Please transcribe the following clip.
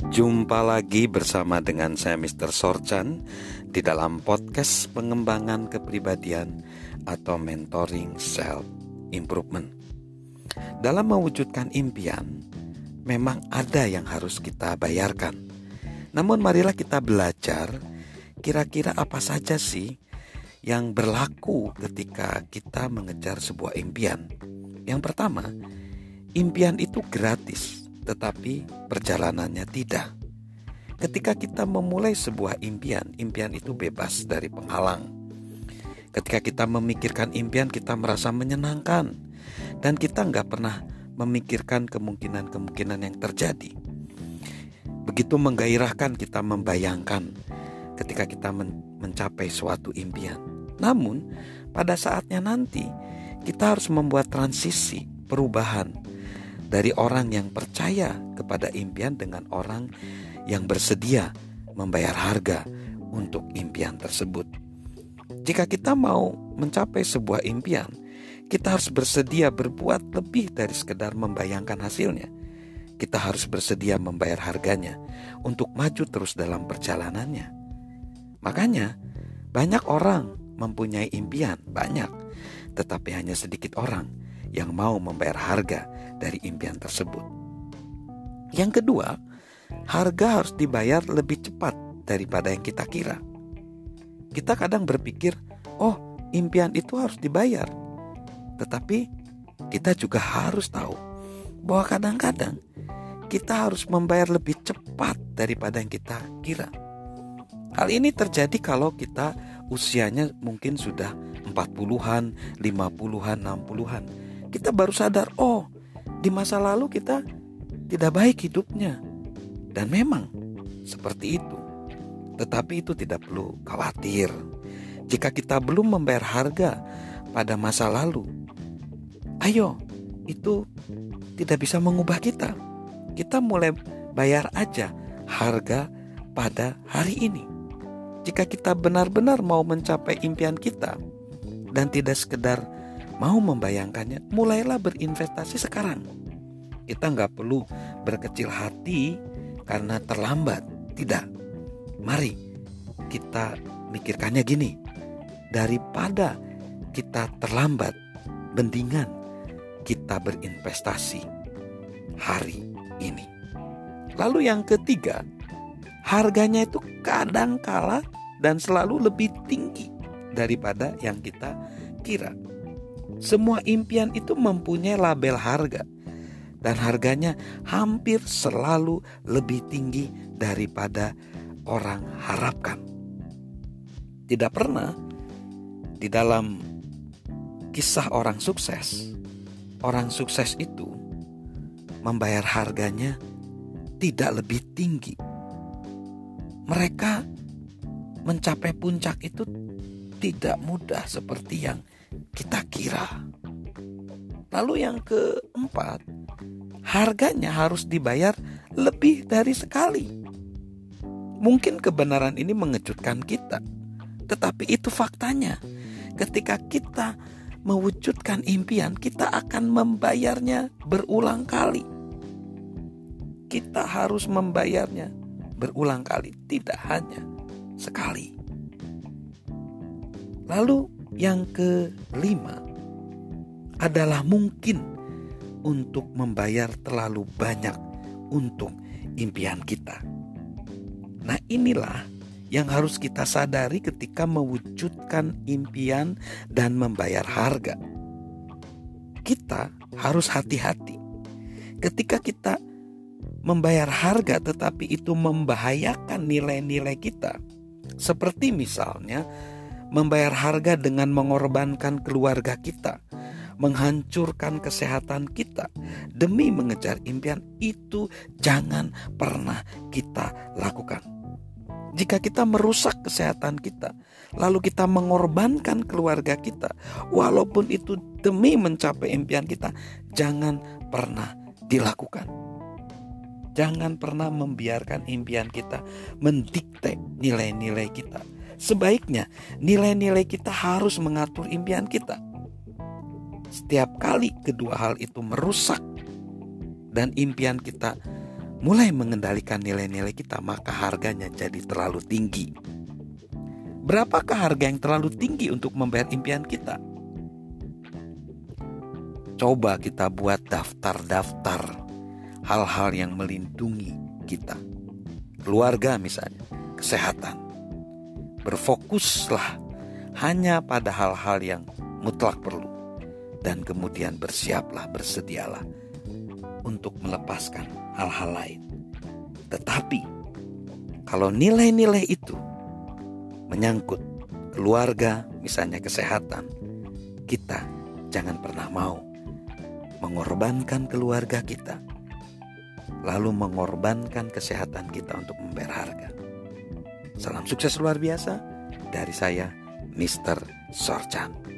Jumpa lagi bersama dengan saya Mr. Sorchan di dalam podcast pengembangan kepribadian atau mentoring self improvement. Dalam mewujudkan impian, memang ada yang harus kita bayarkan. Namun marilah kita belajar kira-kira apa saja sih yang berlaku ketika kita mengejar sebuah impian. Yang pertama, impian itu gratis, tetapi perjalanannya tidak. Ketika kita memulai sebuah impian itu bebas dari penghalang. Ketika kita memikirkan impian, kita merasa menyenangkan, dan kita nggak pernah memikirkan kemungkinan-kemungkinan yang terjadi. Begitu menggairahkan kita membayangkan ketika kita mencapai suatu impian. Namun pada saatnya nanti kita harus membuat transisi, perubahan dari orang yang percaya kepada impian dengan orang yang bersedia membayar harga untuk impian tersebut. Jika kita mau mencapai sebuah impian, kita harus bersedia berbuat lebih dari sekedar membayangkan hasilnya. Kita harus bersedia membayar harganya untuk maju terus dalam perjalanannya. Makanya banyak orang mempunyai impian, tetapi hanya sedikit orang yang mau membayar harga dari impian tersebut. Yang kedua, harga harus dibayar lebih cepat daripada yang kita kira. Kita kadang berpikir, impian itu harus dibayar. Tetapi kita juga harus tahu bahwa kadang-kadang kita harus membayar lebih cepat daripada yang kita kira. Hal ini terjadi kalau kita usianya mungkin sudah 40-an, 50-an, 60-an. Kita baru sadar, di masa lalu kita tidak baik hidupnya. Dan memang seperti itu. Tetapi itu tidak perlu khawatir. Jika kita belum membayar harga pada masa lalu, itu tidak bisa mengubah kita. Kita mulai bayar aja harga pada hari ini. Jika kita benar-benar mau mencapai impian kita dan tidak sekedar mau membayangkannya, mulailah berinvestasi sekarang. Kita nggak perlu berkecil hati karena terlambat. Tidak. Mari kita mikirkannya gini. Daripada kita terlambat, mendingan kita berinvestasi hari ini. Lalu yang ketiga, harganya itu kadang kala dan selalu lebih tinggi daripada yang kita kira. Semua impian itu mempunyai label harga, dan harganya hampir selalu lebih tinggi daripada orang harapkan. Tidak pernah di dalam kisah orang sukses itu membayar harganya tidak lebih tinggi. Mereka mencapai puncak itu tidak mudah seperti yang kita kira. Lalu yang keempat, harganya harus dibayar lebih dari sekali. Mungkin kebenaran ini mengejutkan kita, tetapi itu faktanya. Ketika kita mewujudkan impian, kita akan membayarnya berulang kali. Kita harus membayarnya berulang kali, tidak hanya sekali. Lalu yang kelima adalah mungkin untuk membayar terlalu banyak untuk impian kita. Nah, inilah yang harus kita sadari ketika mewujudkan impian dan membayar harga. Kita harus hati-hati ketika kita membayar harga tetapi itu membahayakan nilai-nilai kita. Seperti misalnya membayar harga dengan mengorbankan keluarga kita, menghancurkan kesehatan kita demi mengejar impian, itu jangan pernah kita lakukan. Jika kita merusak kesehatan kita, lalu kita mengorbankan keluarga kita, walaupun itu demi mencapai impian kita, jangan pernah dilakukan. Jangan pernah membiarkan impian kita mendikte nilai-nilai kita. Sebaiknya nilai-nilai kita harus mengatur impian kita. Setiap kali kedua hal itu merusak dan impian kita mulai mengendalikan nilai-nilai kita, maka harganya jadi terlalu tinggi. Berapakah harga yang terlalu tinggi untuk membayar impian kita? Coba kita buat daftar-daftar hal-hal yang melindungi kita. Keluarga misalnya, kesehatan. Berfokuslah hanya pada hal-hal yang mutlak perlu. Dan kemudian bersedialah untuk melepaskan hal-hal lain. Tetapi kalau nilai-nilai itu menyangkut keluarga, misalnya kesehatan, kita jangan pernah mau mengorbankan keluarga kita, lalu mengorbankan kesehatan kita untuk membayar harga. Salam sukses luar biasa dari saya, Mr. Sorchan.